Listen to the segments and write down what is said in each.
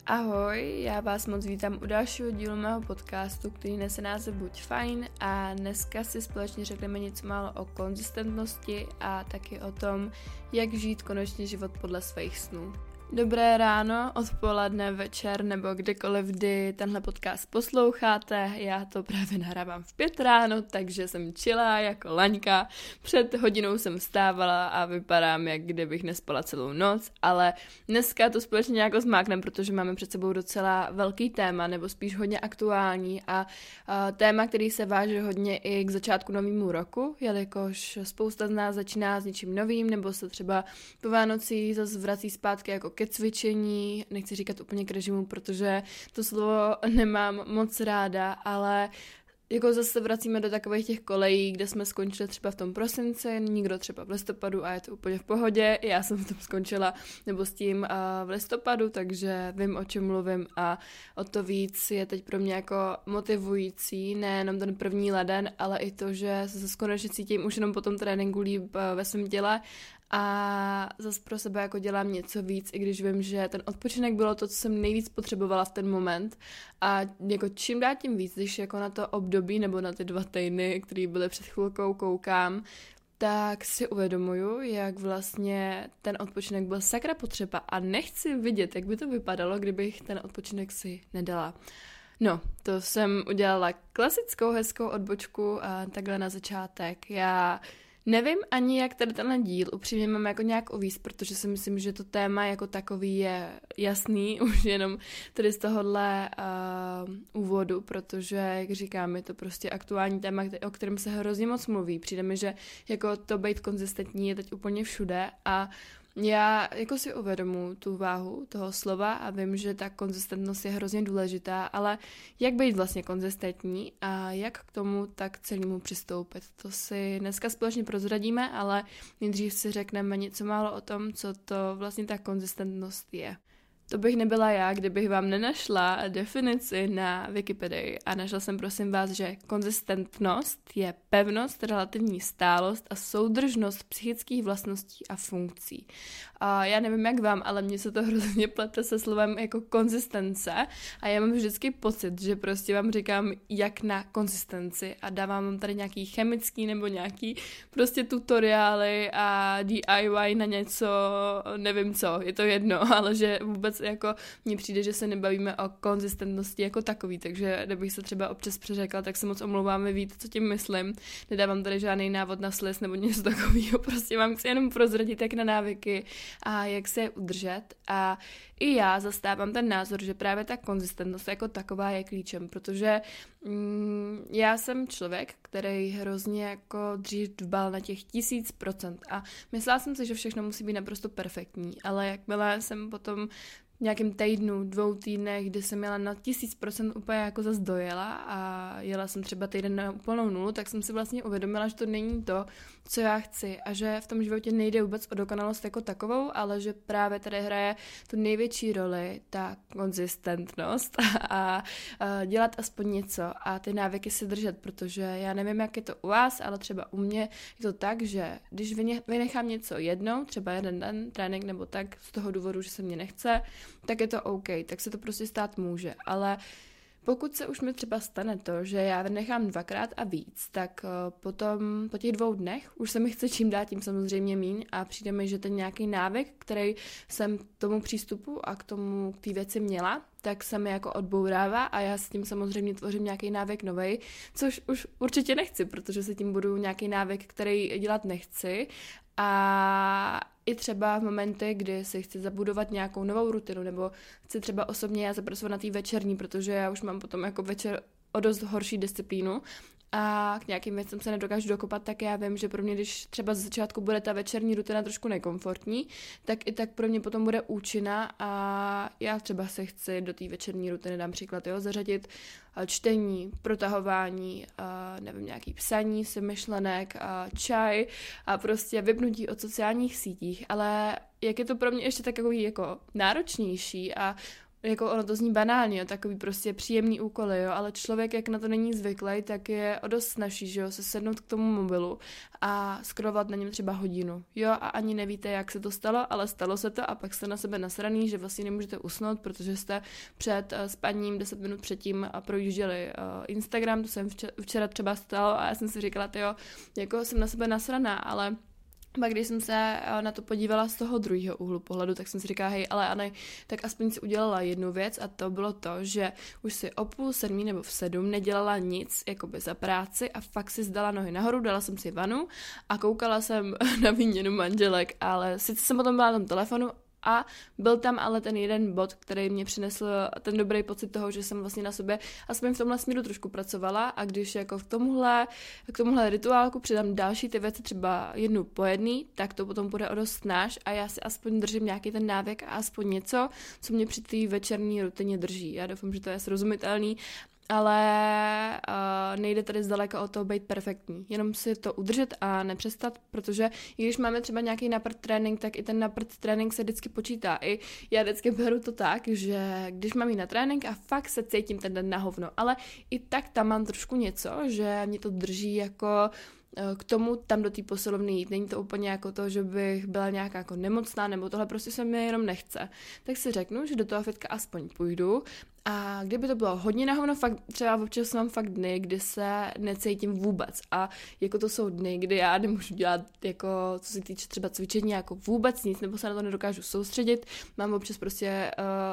Ahoj, já vás moc vítám u dalšího dílu mého podcastu, který nese název Buď fajn a dneska si společně řekneme něco málo o konzistentnosti a taky o tom, jak žít konečně život podle svých snů. Dobré ráno, odpoledne, večer nebo kdekoliv, kdy tenhle podcast posloucháte. Já to právě nahrávám v 5 ráno, takže jsem chillá jako laňka. Před hodinou jsem vstávala a vypadám, jak kdybych nespala celou noc, ale dneska to společně nějak zmáknem, protože máme před sebou docela velký téma, nebo spíš hodně aktuální a téma, který se váže hodně i k začátku novému roku, jelikož spousta z nás začíná s něčím novým, nebo se třeba po Vánocích zase vrací zpátky jako ke cvičení, nechci říkat úplně k režimu, protože to slovo nemám moc ráda, ale jako zase vracíme do takových těch kolejí, kde jsme skončili třeba v tom prosinci, někdo třeba v listopadu a je to úplně v pohodě. Já jsem v tom skončila nebo s tím v listopadu, takže vím, o čem mluvím a o to víc je teď pro mě jako motivující, nejenom ten 1. leden, ale i to, že se konečně cítím už jenom po tom tréninku líp ve svém těle a zase pro sebe jako dělám něco víc, i když vím, že ten odpočinek bylo to, co jsem nejvíc potřebovala v ten moment a jako čím dál tím víc, když jako na to období nebo na ty 2 týdny, které byly před chvilkou, koukám, tak si uvědomuju, jak vlastně ten odpočinek byl sakra potřeba a nechci vidět, jak by to vypadalo, kdybych ten odpočinek si nedala. No, to jsem udělala klasickou hezkou odbočku a takhle na začátek. Já nevím ani, jak tady tenhle díl upřímně mám jako nějak uvíct, protože si myslím, že to téma jako takový je jasný, už jenom tady z tohohle úvodu, protože, jak říkám, je to prostě aktuální téma, o kterém se hrozně moc mluví. Přijde mi, že jako to být konzistentní je teď úplně všude a já jako si uvědomuji tu váhu toho slova a vím, že ta konzistentnost je hrozně důležitá, ale jak být vlastně konzistentní a jak k tomu tak celému přistoupit, to si dneska společně prozradíme, ale nejdřív si řekneme něco málo o tom, co to vlastně ta konzistentnost je. To bych nebyla já, kdybych vám nenašla definici na Wikipedii a našla jsem prosím vás, že konzistentnost je pevnost, relativní stálost a soudržnost psychických vlastností a funkcí. A já nevím jak vám, ale mně se to hrozně plete se slovem jako konzistence a já mám vždycky pocit, že prostě vám říkám jak na konzistenci a dávám vám tady nějaký chemický nebo nějaký prostě tutoriály a DIY na něco, nevím co, je to jedno, ale že vůbec jako mně přijde, že se nebavíme o konzistentnosti jako takový, takže kdybych se třeba občas přeřekla, tak se moc omlouvám, vy víte, co tím myslím. Nedávám tady žádný návod na sliz nebo něco takového, prostě vám chci jenom prozradit, jak na návyky a jak se je udržet a i já zastávám ten názor, že právě ta konzistentnost jako taková je klíčem, protože já jsem člověk, který hrozně jako dřív dbal na těch 1000% a myslela jsem si, že všechno musí být naprosto perfektní, ale jakmile jsem potom nějakým týdnu, 2 týdnech, kdy jsem jela na 1000% úplně jako zase dojela a jela jsem třeba týden na úplnou nulu, tak jsem si vlastně uvědomila, že to není to, co já chci a že v tom životě nejde vůbec o dokonalost jako takovou, ale že právě tady hraje tu největší roli ta konzistentnost a dělat aspoň něco a ty návyky si držet, protože já nevím, jak je to u vás, ale třeba u mě je to tak, že když vynechám něco jednou, třeba jeden den trénink nebo tak z toho důvodu, že se mě nechce, tak je to OK, tak se to prostě stát může, ale pokud se už mi třeba stane to, že já nechám 2krát a víc, tak potom po těch 2 dnech už se mi chce čím dát tím samozřejmě míň a přijde mi, že ten nějaký návyk, který jsem k tomu přístupu a k té věci měla, tak se mi jako odbourává a já s tím samozřejmě tvořím nějaký návyk novej, což už určitě nechci, protože se tím budu nějaký návyk, který dělat nechci a i třeba v momentě, kdy si chci zabudovat nějakou novou rutinu, nebo chci třeba osobně já zapracovat na té večerní, protože já už mám potom jako večer o dost horší disciplínu a k nějakým věcem se nedokážu dokopat, tak já vím, že pro mě, když třeba z začátku bude ta večerní rutina trošku nekomfortní, tak i tak pro mě potom bude účinná a já třeba se chci do té večerní rutiny, dám příklad, zařadit čtení, protahování, nevím, nějaký psaní si myšlenek, čaj a prostě vypnutí od sociálních sítích, ale jak je to pro mě ještě takový jako náročnější a jako ono to zní banálně, jo, takový prostě příjemný úkoly, jo, ale člověk, jak na to není zvyklý, tak je o dost snaží, že jo, se sednout k tomu mobilu a scrollovat na něm třeba hodinu, jo, a ani nevíte, jak se to stalo, ale stalo se to a pak jste na sebe nasraný, že vlastně nemůžete usnout, protože jste před spaním 10 minut předtím projížděli Instagram, to jsem včera třeba stalo a já jsem si říkala, jo, jako jsem na sebe nasraná, ale pak když jsem se na to podívala z toho druhého úhlu pohledu, tak jsem si říkala, hej, ale Anne, tak aspoň si udělala jednu věc a to bylo to, že už si o 6:30 nebo v 7 nedělala nic jakoby za práci a fakt si zdala nohy nahoru, dala jsem si vanu a koukala jsem na výměnu manželek, ale sice jsem potom byla na tom telefonu a byl tam ale ten jeden bod, který mě přinesl ten dobrý pocit toho, že jsem vlastně na sobě aspoň v tomhle směru trošku pracovala a když jako k tomuhle rituálku přidám další ty věci, třeba jednu po jedný, tak to potom bude o dost náš a já si aspoň držím nějaký ten návyk a aspoň něco, co mě při té večerní rutině drží. Já doufám, že to je srozumitelný, ale nejde tady zdaleka o to být perfektní. Jenom si to udržet a nepřestat, protože i když máme třeba nějaký naprd trénink, tak i ten naprd trénink se vždycky počítá. I já vždycky beru to tak, že když mám jít na trénink a fakt se cítím ten den na hovno, ale i tak tam mám trošku něco, že mě to drží jako k tomu tam do té posilovny jít. Není to úplně jako to, že bych byla nějaká jako nemocná, nebo tohle prostě se mi jenom nechce. Tak si řeknu, že do toho fitka aspoň půjdu a kdyby to bylo hodně na hovno, fakt třeba občas mám fakt dny, kdy se necítím vůbec a jako to jsou dny, kdy já nemůžu dělat jako, co se týče třeba cvičení, jako vůbec nic, nebo se na to nedokážu soustředit. Mám občas prostě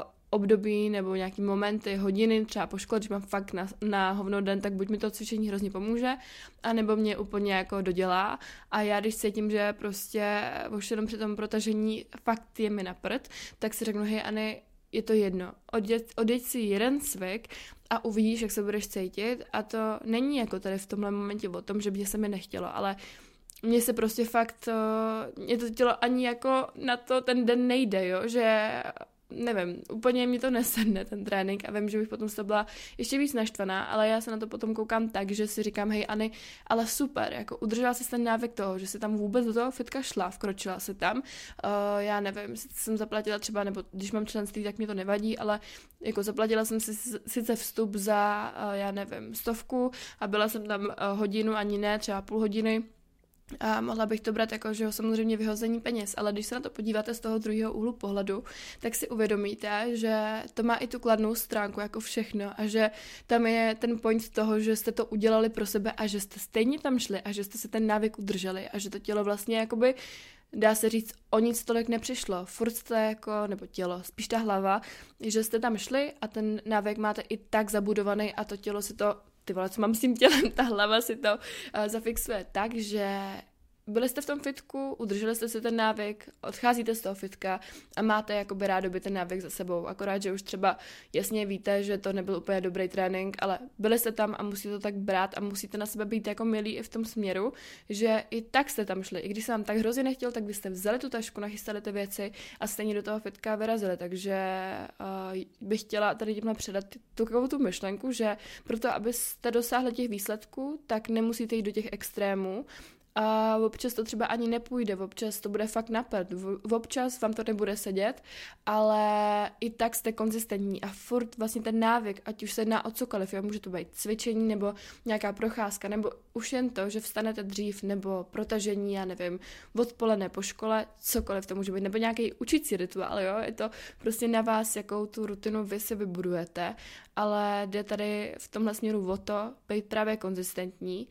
období nebo nějaký momenty, hodiny, třeba po škole, když mám fakt na hovno den, tak buď mi to cvičení hrozně pomůže, anebo mě úplně jako dodělá. A já když cítím, že prostě už jenom při tom protažení fakt je mi na prd, tak si řeknu, hej Anny, je to jedno, odjeď si jeden cvik a uvidíš, jak se budeš cítit a to není jako tady v tomhle momentě o tom, že by se mi nechtělo, ale mně se prostě fakt, mě to tělo ani jako na to ten den nejde, jo, že nevím, úplně mi to nesedne ten trénink a vím, že bych potom z toho byla ještě víc naštvaná, ale já se na to potom koukám tak, že si říkám, hej Anny, ale super, jako udržela si ten návyk toho, že si tam vůbec do toho fitka šla, vkročila si tam, já nevím, jsem zaplatila třeba, nebo když mám členství, tak mi to nevadí, ale jako zaplatila jsem si sice vstup za, já nevím, 100 a byla jsem tam hodinu, ani ne, třeba půl hodiny, a mohla bych to brát jako, že jo, samozřejmě vyhození peněz, ale když se na to podíváte z toho druhého úhlu pohledu, tak si uvědomíte, že to má i tu kladnou stránku jako všechno a že tam je ten point toho, že jste to udělali pro sebe a že jste stejně tam šli a že jste si ten návyk udrželi a že to tělo vlastně jakoby, dá se říct, o nic tolik nepřišlo. Furt jste jako, nebo tělo, spíš ta hlava, že jste tam šli a ten návyk máte i tak zabudovaný a to tělo si to, ty vole, co mám s tím tělem, ta hlava si to zafixuje tak, že byli jste v tom fitku, udrželi jste si ten návyk, odcházíte z toho fitka a máte jakoby rádoby ten návyk za sebou. Akorát, že už třeba jasně víte, že to nebyl úplně dobrý trénink, ale byli jste tam a musíte to tak brát a musíte na sebe být jako milí i v tom směru, že i tak jste tam šli. I když se vám tak hrozně nechtěl, tak byste vzali tu tašku, nachystali ty věci a stejně do toho fitka vyrazili. Takže bych chtěla tady tímhle předat tu myšlenku, že proto, abyste dosáhli těch výsledků, tak nemusíte jít do těch extrémů. A občas to třeba ani nepůjde, občas to bude fakt napad, občas vám to nebude sedět, ale i tak jste konzistentní a furt vlastně ten návyk, ať už se jedná o cokoliv, jo, může to být cvičení nebo nějaká procházka, nebo už jen to, že vstanete dřív, nebo protažení, já nevím, odpoledne po škole, cokoliv to může být, nebo nějaký učící rituál, jo, je to prostě na vás, jakou tu rutinu vy si vybudujete, ale jde tady v tomhle směru o to, být právě konzistentní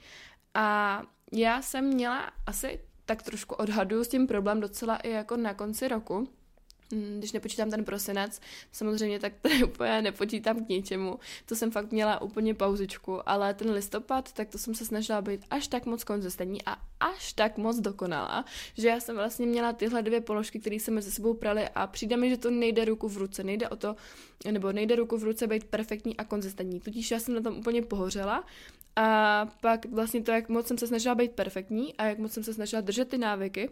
a já jsem měla asi tak trošku odhadu s tím problém docela i jako na konci roku, když nepočítám ten prosinec, samozřejmě tak tady úplně nepočítám k ničemu, to jsem fakt měla úplně pauzičku, ale ten listopad, tak to jsem se snažila být až tak moc konzistentní a až tak moc dokonalá, že já jsem vlastně měla tyhle dvě položky, které se mezi sebou praly a přijde mi, že to nejde ruku v ruce, nejde o to, nebo nejde ruku v ruce být perfektní a konzistentní, tudíž já jsem na tom úplně pohořela a pak vlastně to, jak moc jsem se snažila být perfektní a jak moc jsem se snažila držet ty návyky,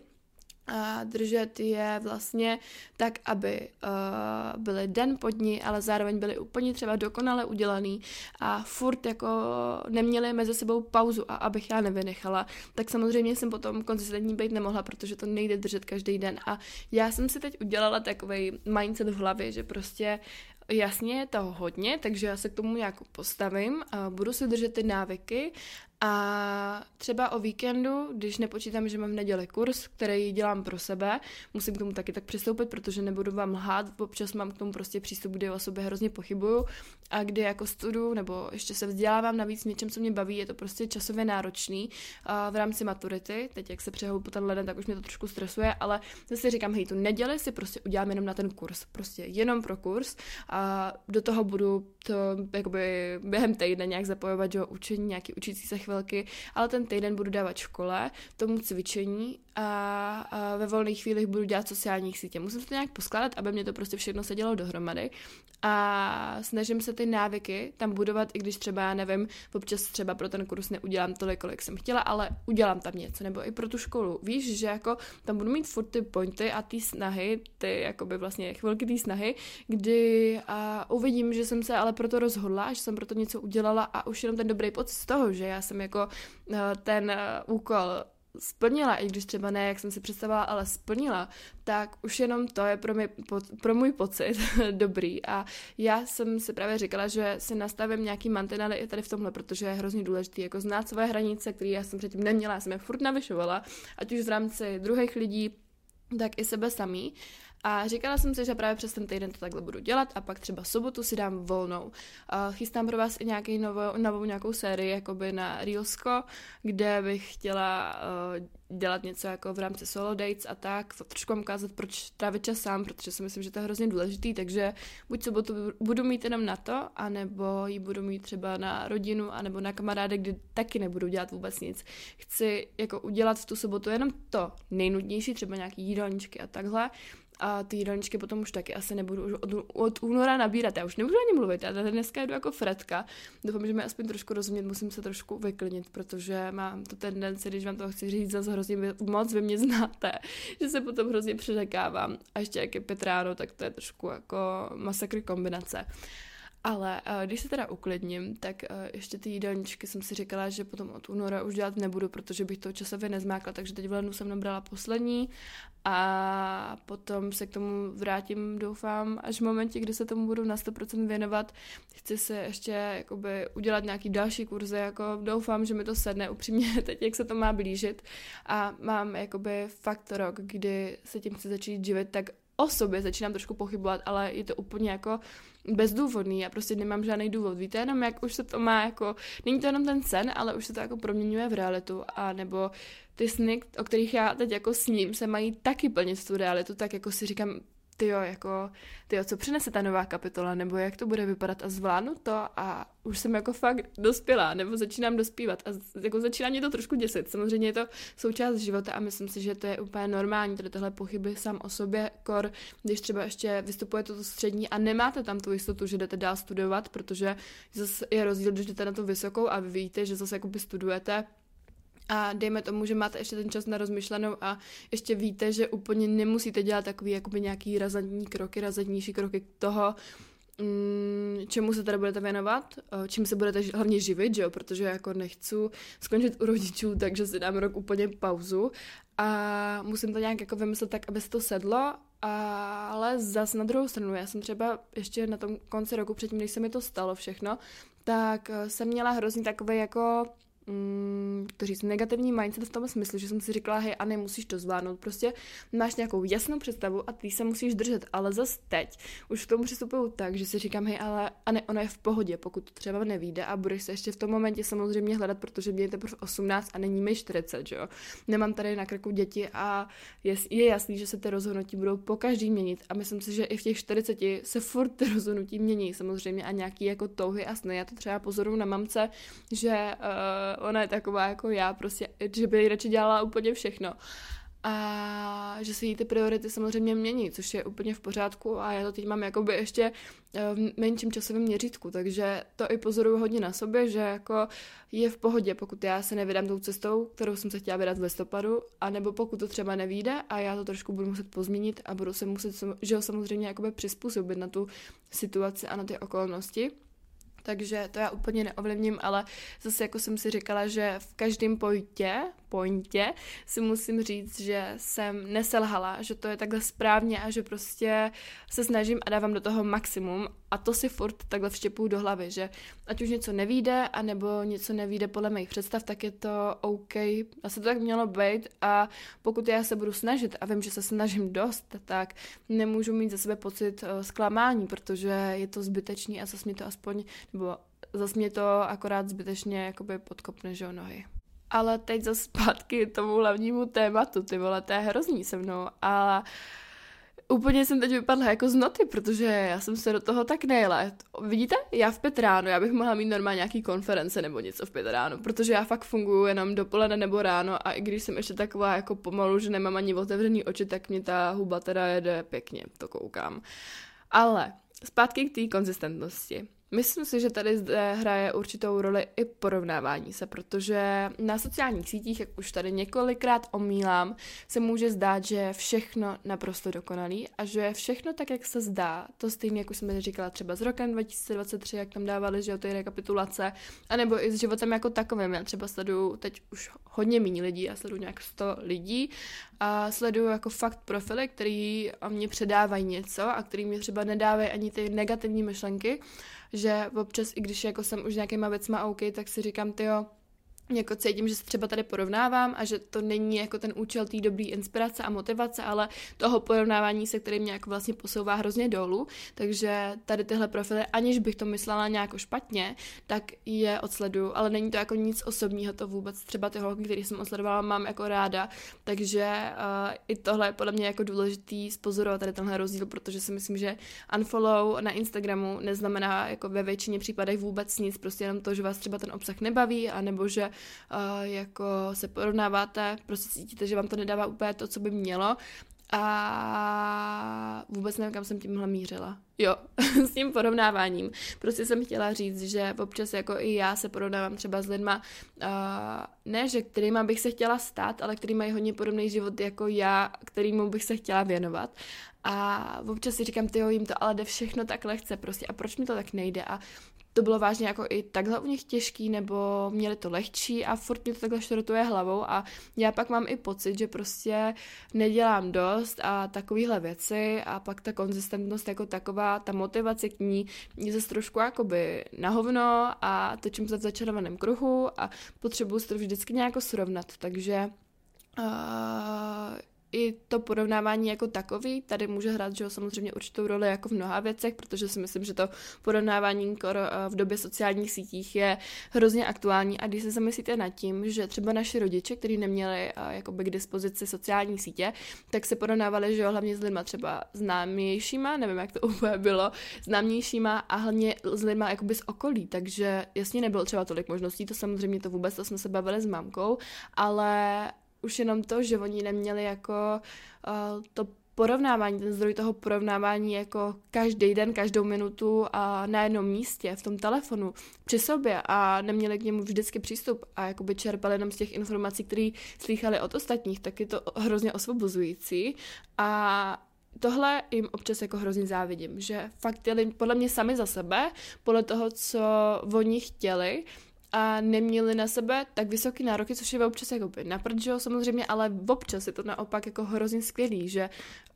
a držet je vlastně tak, aby byly den po dni, ale zároveň byly úplně třeba dokonale udělaný a furt jako neměli mezi sebou pauzu a abych já nevynechala, tak samozřejmě jsem potom konzistentní být nemohla, protože to nejde držet každý den a já jsem si teď udělala takovej mindset v hlavě, že prostě jasně je toho hodně, takže já se k tomu nějak postavím, a budu si držet ty návyky a třeba o víkendu, když nepočítám, že mám v neděli kurz, který dělám pro sebe, musím k tomu taky tak přistoupit, protože nebudu vám lhát, občas mám k tomu prostě přístup, kdy o sobě hrozně pochybuju a kdy jako studuju nebo ještě se vzdělávám navíc něčem, co mě baví, je to prostě časově náročný v rámci maturity. Teď jak se přehoupu ten leden, tak už mě to trošku stresuje, ale zase říkám, hej, tu neděli si prostě udělám jenom na ten kurz, prostě jenom pro kurz a do toho budu to jakoby během týdne nějak zapojovat, že učení, nějaký učící se chvilky, ale ten týden budu dávat škole, tomu cvičení a ve volných chvílích budu dělat sociálních sítě. Musím to nějak poskládat, aby mě to prostě všechno sedělo dohromady a snažím se ty návyky tam budovat, i když třeba, já nevím, občas třeba pro ten kurz neudělám tolik, kolik jsem chtěla, ale udělám tam něco, nebo i pro tu školu. Víš, že jako tam budu mít furt ty pointy a ty snahy, ty jakoby vlastně chvilky té snahy, kdy uvidím, že jsem se ale proto rozhodla, že jsem proto něco udělala a už jenom ten dobrý pocit z toho, že já jsem jako ten úkol splnila, i když třeba ne, jak jsem si představila, ale splnila, tak už jenom to je pro můj pocit dobrý. A já jsem si právě říkala, že si nastavím nějaký mantinely i tady v tomhle, protože je hrozně důležitý jako znát své hranice, které já jsem předtím neměla, já jsem je furt navyšovala, ať už v rámci druhých lidí, tak i sebe samý. A říkala jsem si, že právě přes ten týden to takhle budu dělat a pak třeba sobotu si dám volnou. Chystám pro vás i novou nějakou sérii jakoby na Reelsko, kde bych chtěla dělat něco jako v rámci solo dates a tak, trošku vám ukázat, proč trávit čas sám, protože si myslím, že to je hrozně důležitý, takže buď sobotu budu mít jenom na to, anebo ji budu mít třeba na rodinu, anebo na kamarády, kdy taky nebudu dělat vůbec nic. Chci jako udělat v tu sobotu jenom to nejnudnější, třeba nějaký jídelníčky a takhle, a ty jídelníčky potom už taky asi nebudu už od února nabírat. Já už nebudu ani mluvit, já tady dneska jdu jako Fredka. Doufám, že mi aspoň trošku rozumět, musím se trošku vyklidnit, protože mám tu tendenci, když vám to chci říct zase hrozně moc, vy mě znáte, že se potom hrozně přeřekávám. A ještě jak je 5 ráno, tak to je trošku jako masakr kombinace. Ale když se teda uklidním, tak ještě ty jídelníčky jsem si říkala, že potom od února už dělat nebudu, protože bych to časově nezmákla, takže teď v lednu jsem nabrala poslední a potom se k tomu vrátím, doufám, až v momentě, kdy se tomu budu na 100% věnovat. Chci se ještě jakoby udělat nějaký další kurzy, jako doufám, že mi to sedne upřímně teď, jak se to má blížit a mám jakoby fakt rok, kdy se tím chci začít živit, tak o sobě začínám trošku pochybovat, ale je to úplně jako bezdůvodný, já prostě nemám žádný důvod. Víte, jenom jak už se to má jako, není to jenom ten sen, ale už se to jako proměňuje v realitu a nebo ty sny, o kterých já teď jako sním, se mají taky plnit v tu realitu, tak jako si říkám, tyjo, co přinese ta nová kapitola, nebo jak to bude vypadat a zvládnu to a už jsem jako fakt dospělá, nebo začínám dospívat a jako začíná mě to trošku děsit. Samozřejmě je to součást života a myslím si, že to je úplně normální, tady tohle pochyby sám o sobě, když třeba ještě vystupujete tu střední a nemáte tam tu jistotu, že jdete dál studovat, protože zase je rozdíl, když jdete na tu vysokou a vy víte, že zase jakoby studujete, a dejme tomu, že máte ještě ten čas na rozmyšlenou a ještě víte, že úplně nemusíte dělat takový jakoby nějaký razantnější kroky toho, čemu se teda budete věnovat, čím se budete hlavně živit, že jo, protože jako nechci skončit u rodičů, takže si dám rok úplně pauzu a musím to nějak jako vymyslet tak, aby se to sedlo, ale zas na druhou stranu, já jsem třeba ještě na tom konci roku předtím, než se mi to stalo všechno, tak jsem měla hrozně takový jako to říct, negativní mindset v tom smyslu, že jsem si říkala, hej, Anny, musíš to zvládnout, prostě máš nějakou jasnou představu a ty se musíš držet, ale zas teď už k tomu přistupuju tak, že si říkám, hej, ale Anny, ono je v pohodě, pokud to třeba nevyjde a budeš se ještě v tom momentě samozřejmě hledat, protože mě je teprve 18 a není mi 40, že jo. Nemám tady na krku děti a je jasný, že se ty rozhodnutí budou po každý měnit a myslím si, že i v těch 40 se furt ty rozhodnutí mění samozřejmě a nějaký jako touhy a sny. Já to třeba pozoruju na mamce, že ona je taková jako já, prostě, že by radši dělala úplně všechno. A že se jí ty priority samozřejmě mění, což je úplně v pořádku a já to teď mám jakoby ještě v menším časovém měřítku, takže to i pozoruju hodně na sobě, že jako je v pohodě, pokud já se nevydám tou cestou, kterou jsem se chtěla vydat v listopadu, anebo pokud to třeba nevyjde a já to trošku budu muset pozměnit a budu se muset, že ho samozřejmě jakoby přizpůsobit na tu situaci a na ty okolnosti. Takže to já úplně neovlivním, ale zase jako jsem si říkala, že v každém pointě si musím říct, že jsem neselhala, že to je takhle správně a že prostě se snažím a dávám do toho maximum a to si furt takhle vštěpuju do hlavy, že ať už něco nevyjde, anebo něco nevyjde podle mých představ, tak je to OK. Asi to tak mělo být a pokud já se budu snažit a vím, že se snažím dost, tak nemůžu mít za sebe pocit zklamání, protože je to zbytečný a zase mě to aspoň, nebo zase mě to akorát zbytečně jakoby podkopne, že nohy. Ale teď zase zpátky tomu hlavnímu tématu, ty vole, to je hrozný se mnou a úplně jsem teď vypadla jako z noty, protože já jsem se do toho tak nejela. Vidíte? Já v 5 ráno, já bych mohla mít normálně nějaký konference nebo něco v 5 ráno, protože já fakt funguju jenom dopoledne nebo ráno a i když jsem ještě taková jako pomalu, že nemám ani otevřený oči, tak mě ta huba teda jede pěkně, to koukám. Ale zpátky k té konzistentnosti. Myslím si, že tady zde hraje určitou roli i porovnávání se, protože na sociálních sítích, jak už tady několikrát omílám, se může zdát, že je všechno naprosto dokonalý a že všechno tak, jak se zdá, to stejně, jak už jsem říkala, třeba s rokem 2023, jak tam dávali, že ty rekapitulace, anebo i s životem jako takovým. Já třeba sleduju teď už hodně méně lidí, já sleduju nějak 100 lidí a sleduju jako fakt profily, který mě předávají něco a který mě třeba nedávají ani ty negativní myšlenky, že občas, i když jako jsem už nějakýma věcma OK, tak si říkám, tyjo, jako cítím, že se třeba tady porovnávám a že to není jako ten účel té dobrý inspirace a motivace, ale toho porovnávání se, který mě jako vlastně posouvá hrozně dolů, takže tady tyhle profily, aniž bych to myslela nějak špatně, tak je odsleduju, ale není to jako nic osobního, to vůbec třeba ty holky, které jsem odsledovala, mám jako ráda, takže i tohle je podle mě jako důležitý zpozorovat tady tenhle rozdíl, protože si myslím, že unfollow na Instagramu neznamená jako ve většině případech vůbec nic, prostě jenom to, že vás třeba ten obsah nebaví, anebo že jako se porovnáváte, prostě cítíte, že vám to nedává úplně to, co by mělo a vůbec nevím, kam jsem tímhle mířila. Jo, s tím porovnáváním. Prostě jsem chtěla říct, že občas jako i já se porovnávám třeba s lidma, ne, že kterýma bych se chtěla stát, ale který mají hodně podobný život jako já, kterýmu bych se chtěla věnovat. A občas si říkám, tyjo, jim to ale jde všechno tak lehce prostě a proč mi to tak nejde a to bylo vážně jako i takhle u nich těžký, nebo měli to lehčí a furt mě to takhle šrotuje hlavou a já pak mám i pocit, že prostě nedělám dost a takovýhle věci a pak ta konzistentnost jako taková, ta motivace k ní je zase trošku jakoby na hovno a točím se v začarovaném kruhu a potřebuji se to vždycky nějak srovnat, takže i to porovnávání jako takový tady může hrát, že jo, samozřejmě určitou roli jako v mnoha věcech, protože si myslím, že to porovnávání v době sociálních sítích je hrozně aktuální a když se zamyslíte nad tím, že třeba naši rodiče, kteří neměli jakoby k dispozici sociální sítě, tak se porovnávali, že jo, hlavně s lidma třeba známějšíma, nevím, jak to úplně bylo, známějšíma a hlavně s lidma jakoby z okolí, takže jasně nebylo třeba tolik možností, to samozřejmě to vůbec, to jsme se bavili s mamkou, ale už jenom to, že oni neměli jako to porovnávání, ten zdroj toho porovnávání jako každý den, každou minutu a na jednom místě, v tom telefonu, při sobě a neměli k němu vždycky přístup a jakoby čerpali jenom z těch informací, které slýchali od ostatních, tak je to hrozně osvobozující a tohle jim občas jako hrozně závidím, že fakt jeli podle mě sami za sebe, podle toho, co oni chtěli, a neměli na sebe tak vysoký nároky, což je občas jako na prd, že jo, samozřejmě, ale občas je to naopak jako hrozně skvělý, že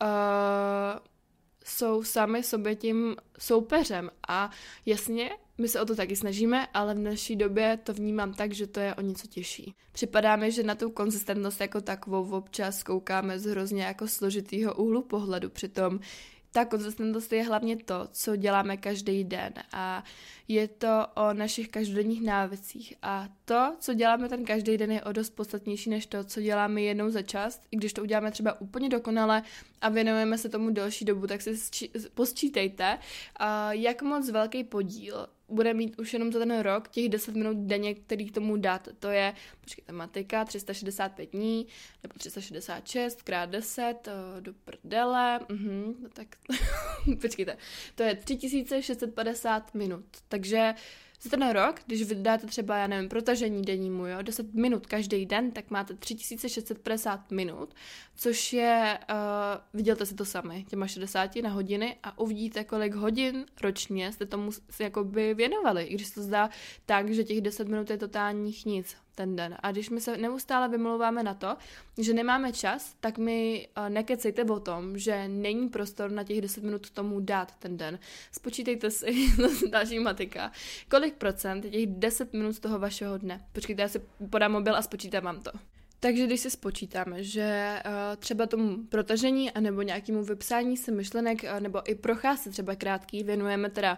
jsou sami sobě tím soupeřem a jasně, my se o to taky snažíme, ale v naší době to vnímám tak, že to je o něco těžší. Připadá mi, že na tu konzistentnost jako takovou občas koukáme z hrozně jako složitýho úhlu pohledu, přitom ta konzistentnost je hlavně to, co děláme každý den a je to o našich každodenních návycích a to, co děláme ten každý den, je o dost podstatnější než to, co děláme jednou za čas, i když to uděláme třeba úplně dokonale a věnujeme se tomu delší dobu, tak si posčítejte, jak moc velký podíl bude mít už jenom za ten rok těch 10 minut denně, který tomu dát. To je, počkejte, matika, 365 dní, nebo 366 krát 10, do prdele, tak počkejte, to je 3650 minut, takže Za ten rok, když vydáte třeba, já nevím, protažení dennímu, 10 minut každý den, tak máte 3650 minut, což je, vydělte si to sami, těma 60 na hodiny a uvidíte, kolik hodin ročně jste tomu jakoby věnovali, i když se to zdá tak, že těch 10 minut je totálních nic ten den. A když my se neustále vymlouváme na to, že nemáme čas, tak mi nekecejte o tom, že není prostor na těch 10 minut tomu dát ten den. Spočítejte si, další matika, kolik procent je těch 10 minut z toho vašeho dne. Počkejte, já si podám mobil a spočítám vám to. Takže když si spočítáme, že třeba tomu protažení anebo nějakému vypsání si myšlenek nebo i procházce třeba krátký věnujeme teda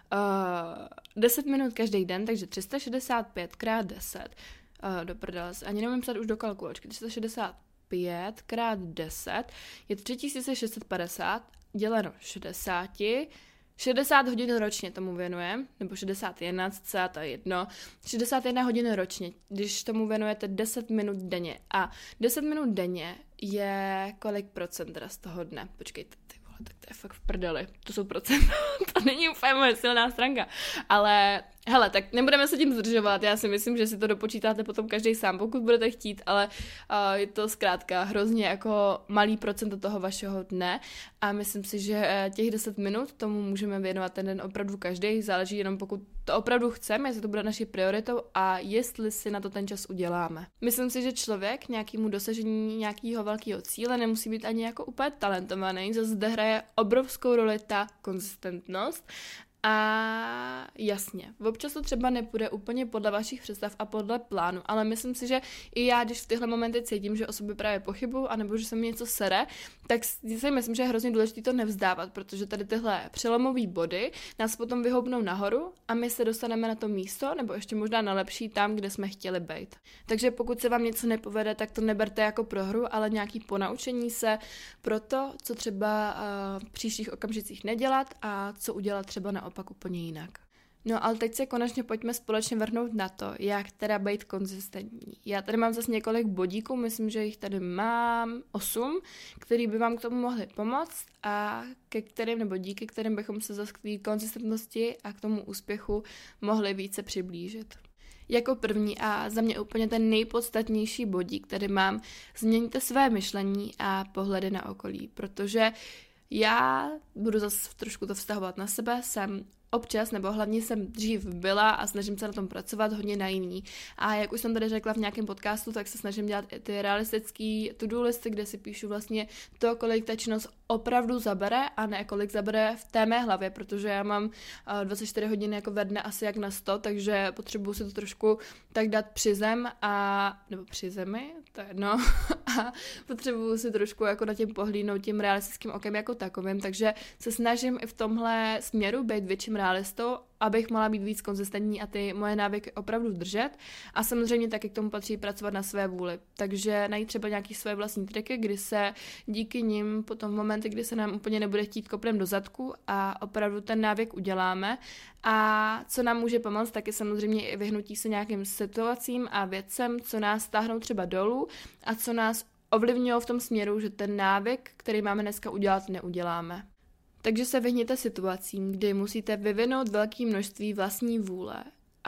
10 minut každý den, takže 365 krát 10. Do prdele, ani nemůžu psát už do kalkulačky. 365 krát 10 je 3650 děleno 60. 60 hodin ročně tomu věnujeme, nebo 61, to je jedno, 61 hodin ročně, když tomu věnujete 10 minut denně. A 10 minut denně je kolik procent z toho dne? Počkejte, ty vole, tak to je fakt v prdeli. To jsou procenta, to není úplně moje silná stránka. Ale hele, tak nebudeme se tím zdržovat, já si myslím, že si to dopočítáte potom každý sám, pokud budete chtít, ale je to zkrátka hrozně jako malý procent toho vašeho dne a myslím si, že těch 10 minut tomu můžeme věnovat ten den opravdu každý, záleží jenom pokud to opravdu chceme, jestli to bude naší prioritou a jestli si na to ten čas uděláme. Myslím si, že člověk nějakému dosažení nějakého velkého cíle nemusí být ani jako úplně talentovaný, zase zde hraje obrovskou roli ta konzistentnost. A jasně, občas to třeba nepůjde úplně podle vašich představ a podle plánu, ale myslím si, že i já, když v tyhle momenty cítím, že o sobě právě pochybuju, anebo že se mi něco sere, tak si myslím, že je hrozně důležité to nevzdávat, protože tady tyhle přelomové body nás potom vyhoupnou nahoru a my se dostaneme na to místo, nebo ještě možná na lepší tam, kde jsme chtěli být. Takže pokud se vám něco nepovede, tak to neberte jako prohru, ale nějaký ponaučení se pro to, co třeba v příštích okamžicích nedělat a co udělat třeba naopak úplně jinak. No ale teď se konečně pojďme společně vrhnout na to, jak teda být konzistentní. Já tady mám zase několik bodíků, myslím, že jich tady mám 8, který by vám k tomu mohli pomoct a ke kterým, nebo díky kterým bychom se zase k té konzistentnosti a k tomu úspěchu mohli více přiblížit. Jako první a za mě úplně ten nejpodstatnější bodík, který mám, změňte své myšlení a pohledy na okolí, protože já budu zase trošku to vztahovat na sebe, jsem občas, nebo hlavně jsem dřív byla a snažím se na tom pracovat hodně naivní. A jak už jsem tady řekla v nějakém podcastu, tak se snažím dělat i ty realistický to-do listy, kde si píšu vlastně to, kolik ta činnost opravdu zabere a ne kolik zabere v té mé hlavě, protože já mám 24 hodin jako ve dne asi jak na 100, takže potřebuju si to trošku tak dát při zem nebo při zemi, to je jedno, a potřebuju si trošku jako na tím pohlídnout tím realistickým okem jako takovým, takže se snažím i v tomhle směru být větším realistou, abych mohla být víc konzistentní a ty moje návyky opravdu držet. A samozřejmě taky k tomu patří pracovat na své vůli. Takže najít třeba nějaký své vlastní triky, kdy se díky nim potom v momenty, kdy se nám úplně nebude chtít kopnem do zadku a opravdu ten návyk uděláme. A co nám může pomoct, tak je samozřejmě i vyhnutí se nějakým situacím a věcem, co nás stáhnou třeba dolů a co nás ovlivňují v tom směru, že ten návyk, který máme dneska udělat, neuděláme. Takže se vyhněte situacím, kdy musíte vyvinout velké množství vlastní vůle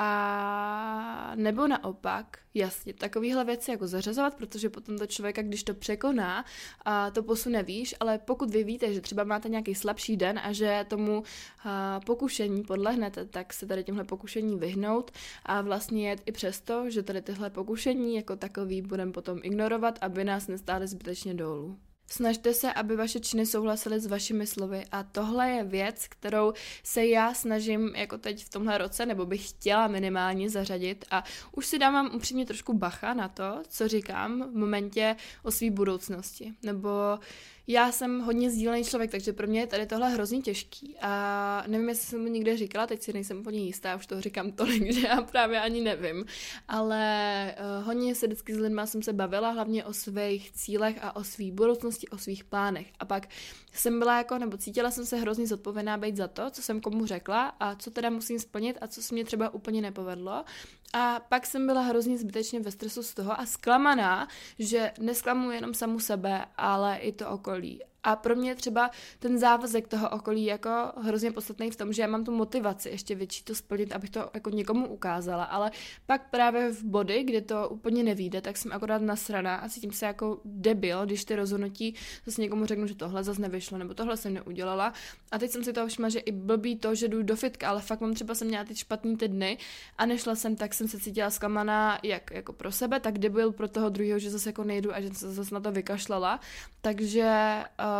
a nebo naopak, jasně, takovýhle věci jako zařazovat, protože potom to člověka, když to překoná, a to posune výš, ale pokud vy víte, že třeba máte nějaký slabší den a že tomu pokušení podlehnete, tak se tady těmhle pokušení vyhnout a vlastně jet i přesto, že tady tyhle pokušení jako takový budeme potom ignorovat, aby nás nestály zbytečně dolů. Snažte se, aby vaše činy souhlasily s vašimi slovy a tohle je věc, kterou se já snažím jako teď v tomhle roce, nebo bych chtěla minimálně zařadit a už si dávám upřímně trošku bacha na to, co říkám v momentě o své budoucnosti, nebo já jsem hodně sdílený člověk, takže pro mě je tady tohle hrozně těžký a nevím, jestli jsem to někde říkala, teď si nejsem úplně jistá, už toho říkám tolik, že já právě ani nevím, ale hodně se vždycky s lidma jsem se bavila, hlavně o svých cílech a o svých budoucnosti, o svých plánech a pak jsem byla jako, nebo cítila jsem se hrozně zodpovědná být za to, co jsem komu řekla a co teda musím splnit a co se mě třeba úplně nepovedlo. A pak jsem byla hrozně zbytečně ve stresu z toho a zklamaná, že nesklamuji jenom samu sebe, ale i to okolí. A pro mě třeba ten závazek toho okolí jako hrozně podstatný v tom, že já mám tu motivaci ještě větší to splnit, abych to jako někomu ukázala, ale pak právě v body, kde to úplně nevyjde, tak jsem akorát nasraná a cítím se jako debil, když ty rozhodnutí zase někomu řeknu, že tohle zase nevyšlo, nebo tohle jsem neudělala. A teď jsem si toho všimla, že i blbý to, že jdu do fitka, ale fakt jsem měla ty špatný ty dny a nešla jsem, tak jsem se cítila zklamaná jak jako pro sebe, tak debil pro toho druhého, že zase jako nejdu a že jsem se zase na to vykašlala. Takže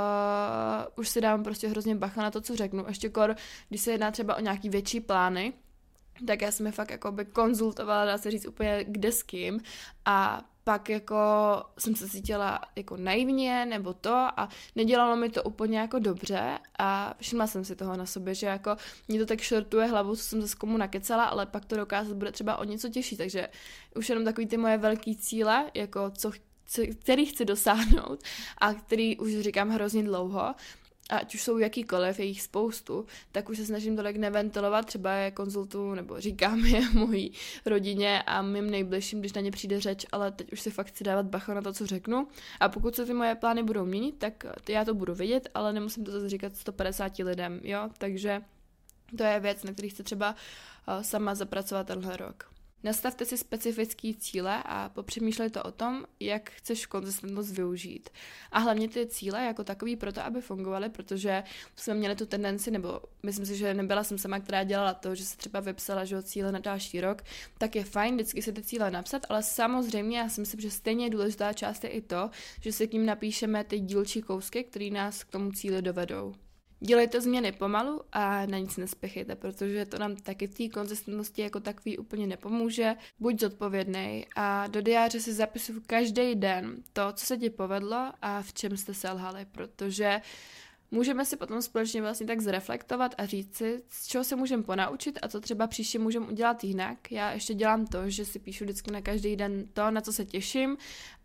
už si dávám prostě hrozně bacha na to, co řeknu. Ještě když se jedná třeba o nějaký větší plány, tak já jsem je fakt jako by konzultovala, dá se říct úplně kde s kým a pak jako jsem se cítila jako naivně nebo to a nedělalo mi to úplně jako dobře a všimla jsem si toho na sobě, že jako mě to tak šortuje hlavu, co jsem zase komu nakecala, ale pak to dokázat bude třeba o něco těžší, takže už jenom takový ty moje velký cíle, jako který chci dosáhnout a který už říkám hrozně dlouho, ať už jsou jakýkoliv, je jich spoustu, tak už se snažím tolik neventilovat, třeba je konzultuju nebo říkám je mojí rodině a mým nejbližším, když na ně přijde řeč, ale teď už si fakt chci dávat bacha na to, co řeknu a pokud se ty moje plány budou měnit, tak já to budu vědět, ale nemusím to zase říkat 150 lidem, jo, takže to je věc, na který chci třeba sama zapracovat tenhle rok. Nastavte si specifické cíle a popřemýšlejte o tom, jak chceš konzistentnost využít. A hlavně ty cíle jako takový proto, aby fungovaly, protože jsme měli tu tendenci, nebo myslím si, že nebyla jsem sama, která dělala to, že se třeba vypsala, že cíle na další rok, tak je fajn vždycky si ty cíle napsat, ale samozřejmě já si myslím, že stejně důležitá část je i to, že si k ním napíšeme ty dílčí kousky, které nás k tomu cíli dovedou. Dělejte změny pomalu a na nic nespěchejte, protože to nám taky té konzistentnosti jako takový úplně nepomůže. Buď zodpovědnej a do diáře si zapisuj každý den to, co se ti povedlo a v čem jste selhali, protože můžeme si potom společně vlastně tak zreflektovat a říct si, z čeho se můžeme ponaučit a co třeba příště můžeme udělat jinak. Já ještě dělám to, že si píšu vždycky na každý den to, na co se těším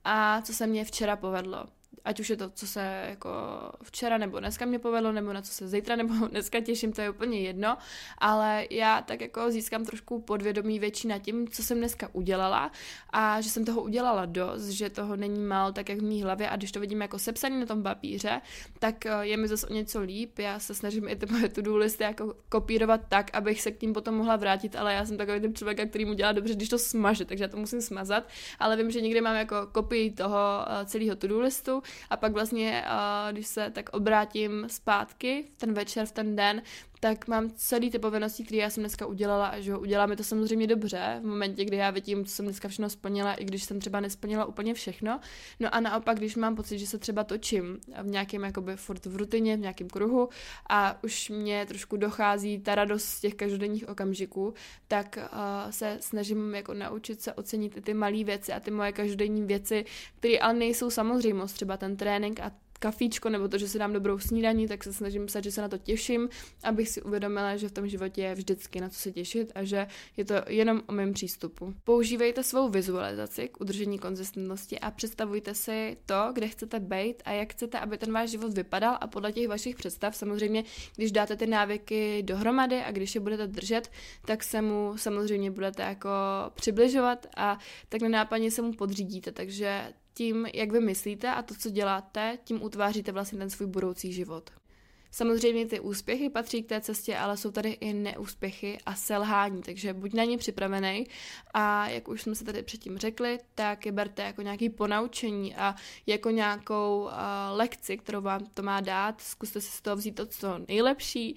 a co se mě včera povedlo. Ať už je to, co se jako včera nebo dneska mě povedlo, nebo na co se zítra nebo dneska těším, to je úplně jedno, ale já tak jako získám trošku podvědomí větší nad tím, co jsem dneska udělala a že jsem toho udělala dost, že toho není málo tak jak v mý hlavě a když to vidím jako sepsaný na tom papíře, tak je mi zase o něco líp, já se snažím i ty moje to-do listy jako kopírovat tak, abych se k tím potom mohla vrátit, ale já jsem takový typ člověka, který mu dělá dobře, když to smaže, takže já to musím smazat, ale vím, že někdy mám jako kopii toho celého to-do listu a pak vlastně, když se tak obrátím zpátky v ten večer, v ten den, tak mám celý ty povinnosti, které já jsem dneska udělala a že udělám mi to samozřejmě dobře v momentě, kdy já vidím, co jsem dneska všechno splnila, i když jsem třeba nesplnila úplně všechno. No a naopak, když mám pocit, že se třeba točím v nějakém jakoby furt v rutině, v nějakém kruhu a už mě trošku dochází ta radost z těch každodenních okamžiků, tak se snažím jako naučit se ocenit i ty malé věci a ty moje každodenní věci, které ale nejsou samozřejmost, třeba ten trénink a kafíčko nebo to, že si dám dobrou snídaní, tak se snažím psat, že se na to těším, abych si uvědomila, že v tom životě je vždycky na co se těšit a že je to jenom o mém přístupu. Používejte svou vizualizaci k udržení konzistentnosti a představujte si to, kde chcete být a jak chcete, aby ten váš život vypadal a podle těch vašich představ, samozřejmě, když dáte ty návyky dohromady a když je budete držet, tak se mu samozřejmě budete jako přibližovat a tak nenápadně se mu podřídíte, takže tím, jak vy myslíte a to, co děláte, tím utváříte vlastně ten svůj budoucí život. Samozřejmě ty úspěchy patří k té cestě, ale jsou tady i neúspěchy a selhání, takže buď na ně připravený a jak už jsme se tady předtím řekli, tak je berte jako nějaký ponaučení a jako nějakou lekci, kterou vám to má dát, zkuste si z toho vzít to, co nejlepší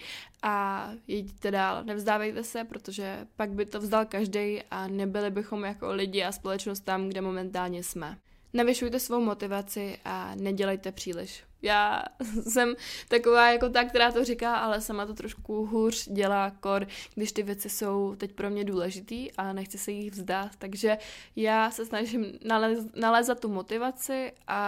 a jděte dál, nevzdávejte se, protože pak by to vzdal každej a nebyli bychom jako lidi a společnost tam, kde momentálně jsme. Navyšujte svou motivaci a nedělejte příliš. Já jsem taková jako ta, která to říká, ale sama to trošku hůř dělá když ty věci jsou teď pro mě důležitý a nechci se jich vzdát. Takže já se snažím nalézat tu motivaci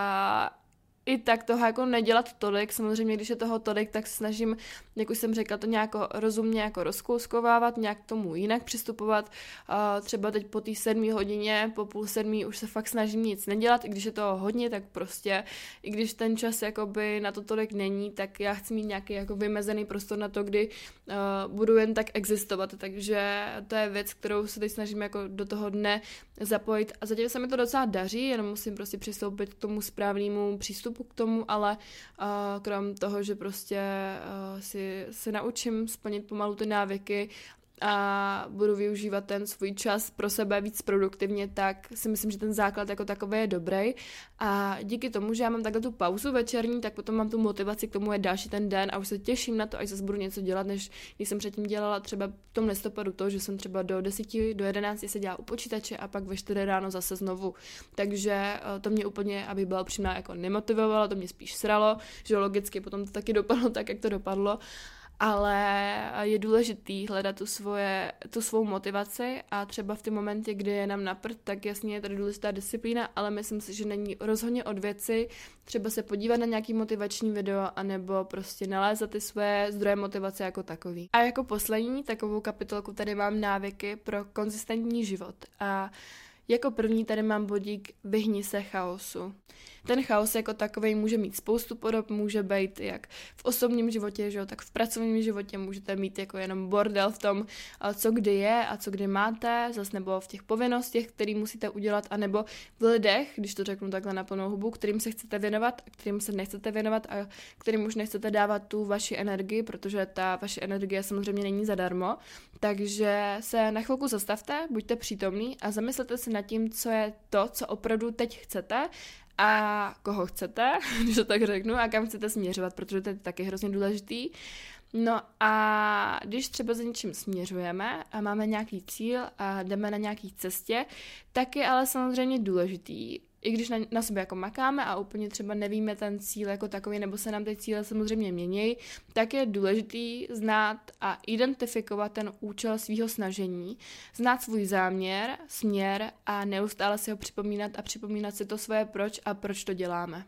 a i tak toho jako nedělat tolik, samozřejmě když je toho tolik, tak snažím, jak už jsem řekla, to nějak rozumně jako rozkouskovávat, nějak k tomu jinak přistupovat, třeba teď po té 7 hodině, po 6:30 už se fakt snažím nic nedělat, i když je toho hodně, tak prostě, i když ten čas jakoby na to tolik není, tak já chci mít nějaký jako vymezený prostor na to, kdy budu jen tak existovat, takže to je věc, kterou se teď snažím jako do toho dne zapojit a zatím se mi to docela daří, jenom musím prostě přistoupit k tomu správnému přístupu přístupu k tomu, ale krom toho, že prostě si naučím splnit pomalu ty návyky a budu využívat ten svůj čas pro sebe víc produktivně, tak si myslím, že ten základ jako takový je dobrý. A díky tomu, že já mám takhle tu pauzu večerní, tak potom mám tu motivaci k tomu je další ten den a už se těším na to, až zase budu něco dělat, než když jsem předtím dělala třeba v tom listopadu to, že jsem třeba do 10, do 11 seděla u počítače a pak ve 4 ráno zase znovu. Takže to mě úplně, abych byla upřímná, jako nemotivovalo, to mě spíš sralo, že logicky potom to taky dopadlo tak, jak to dopadlo. Ale je důležitý hledat tu svou motivaci a třeba v tom momentě, kdy je nám na prd, tak jasně je tady důležitá disciplína, ale myslím si, že není rozhodně od věci třeba se podívat na nějaký motivační video anebo prostě nalézat ty své zdroje motivace jako takový. A jako poslední takovou kapitolku tady mám návyky pro konzistentní život a jako první tady mám bodík vyhni se chaosu. Ten chaos jako takovej může mít spoustu podob, může být jak v osobním životě, že jo, tak v pracovním životě můžete mít jako jenom bordel v tom, co kdy je a co kdy máte, zase nebo v těch povinnostech, který musíte udělat, anebo v lidech, když to řeknu takhle na plnou hubu, kterým se chcete věnovat a kterým se nechcete věnovat a kterým už nechcete dávat tu vaši energii, protože ta vaše energie samozřejmě není zadarmo. Takže se na chvilku zastavte, buďte přítomní a zamyslete se nad tím, co je to, co opravdu teď chcete a koho chcete, když to tak řeknu, a kam chcete směřovat, protože to je taky hrozně důležitý. No a když třeba za něčím směřujeme a máme nějaký cíl a jdeme na nějaký cestě, tak je ale samozřejmě důležitý, i když na sobě jako makáme a úplně třeba nevíme ten cíl jako takový, nebo se nám ty cíle samozřejmě mění, tak je důležitý znát a identifikovat ten účel svého snažení, znát svůj záměr, směr a neustále si ho připomínat si to svoje proč a proč to děláme.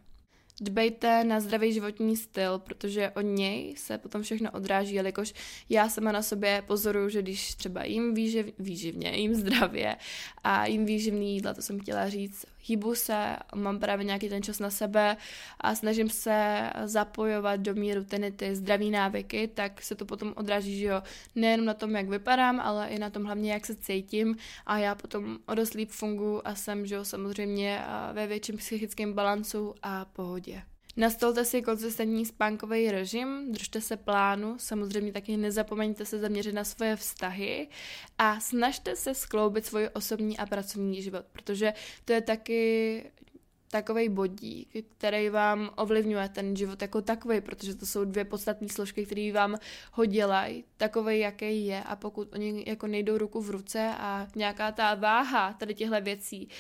Dbejte na zdravý životní styl, protože od něj se potom všechno odráží, jelikož já sama na sobě pozoruju, že když třeba jím výživně, jím zdravě a jím výživný jídla, to jsem chtěla říct, hýbu se, mám právě nějaký ten čas na sebe a snažím se zapojovat do mý rutiny ty zdraví návyky, tak se to potom odráží, že jo, nejenom na tom, jak vypadám, ale i na tom hlavně, jak se cítím a já potom o dost líp funguji a jsem, že jo, samozřejmě ve větším psychickém balancu a pohodě. Nastolte si konzistentní spánkový režim, držte se plánu, samozřejmě taky nezapomeňte se zaměřit na svoje vztahy a snažte se skloubit svůj osobní a pracovní život, protože to je taky takovej bodík, který vám ovlivňuje ten život jako takovej, protože to jsou dvě podstatné složky, které vám ho dělají, takovej, jaký je, a pokud oni jako nejdou ruku v ruce a nějaká ta váha tady těchto věcí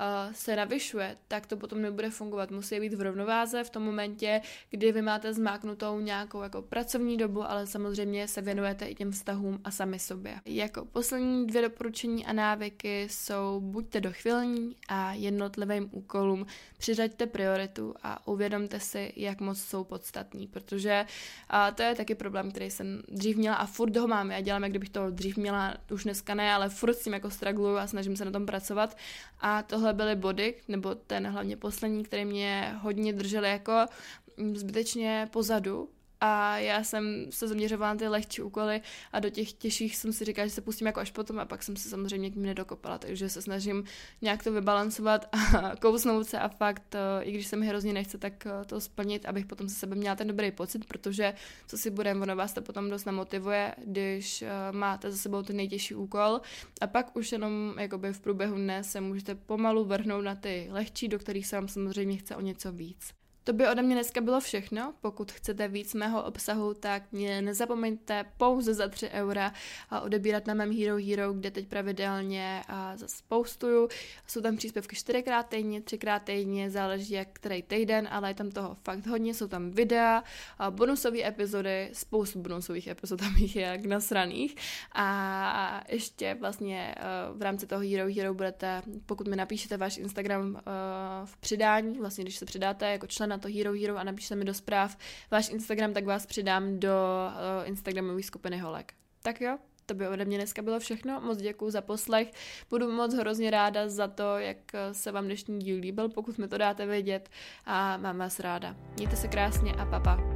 se navyšuje, tak to potom nebude fungovat. Musí být v rovnováze v tom momentě, kdy vy máte zmáknutou nějakou jako pracovní dobu, ale samozřejmě se věnujete i těm vztahům a sami sobě. Jako poslední 2 doporučení a návyky jsou buďte dochvilní a jednotlivým úkolům přiřaďte prioritu a uvědomte si, jak moc jsou podstatní, protože to je taky problém, který jsem dřív měla a furt ho mám. Já dělám, jak kdybych to dřív měla, už dneska ne, ale furt s tím jako struggluju a snažím se na tom pracovat. A tohle byly body, nebo ten hlavně poslední, který mě hodně držely jako zbytečně pozadu. A já jsem se zaměřovala na ty lehčí úkoly a do těch těžších jsem si říkala, že se pustím jako až potom a pak jsem se samozřejmě k ním nedokopala, takže se snažím nějak to vybalancovat a kousnout se a fakt, i když se mi hrozně nechce, tak to splnit, abych potom se sebe měla ten dobrý pocit, protože co si budeme, ono vás to potom dost namotivuje, když máte za sebou ten nejtěžší úkol a pak už jenom jakoby v průběhu dne se můžete pomalu vrhnout na ty lehčí, do kterých se vám samozřejmě chce o něco víc. To by ode mě dneska bylo všechno. Pokud chcete víc mého obsahu, tak mě nezapomeňte pouze za 3 € a odebírat na mém Hero Hero, kde teď pravidelně zase postuju. Jsou tam příspěvky 4x týdně, 3x týdně, záleží jak který týden, ale je tam toho fakt hodně. Jsou tam videa, bonusové epizody, spoustu bonusových epizod tam jich je jak nasraných. A ještě vlastně v rámci toho Hero Hero budete, pokud mi napíšete váš Instagram v přidání, vlastně když se přidáte jako člen na to Hero Hero a napíšte mi do zpráv váš Instagram, tak vás přidám do Instagramové skupiny Holek. Tak jo, to by ode mě dneska bylo všechno. Moc děkuju za poslech. Budu moc hrozně ráda za to, jak se vám dnešní díl líbil, pokud mi to dáte vědět a mám vás ráda. Mějte se krásně a papa.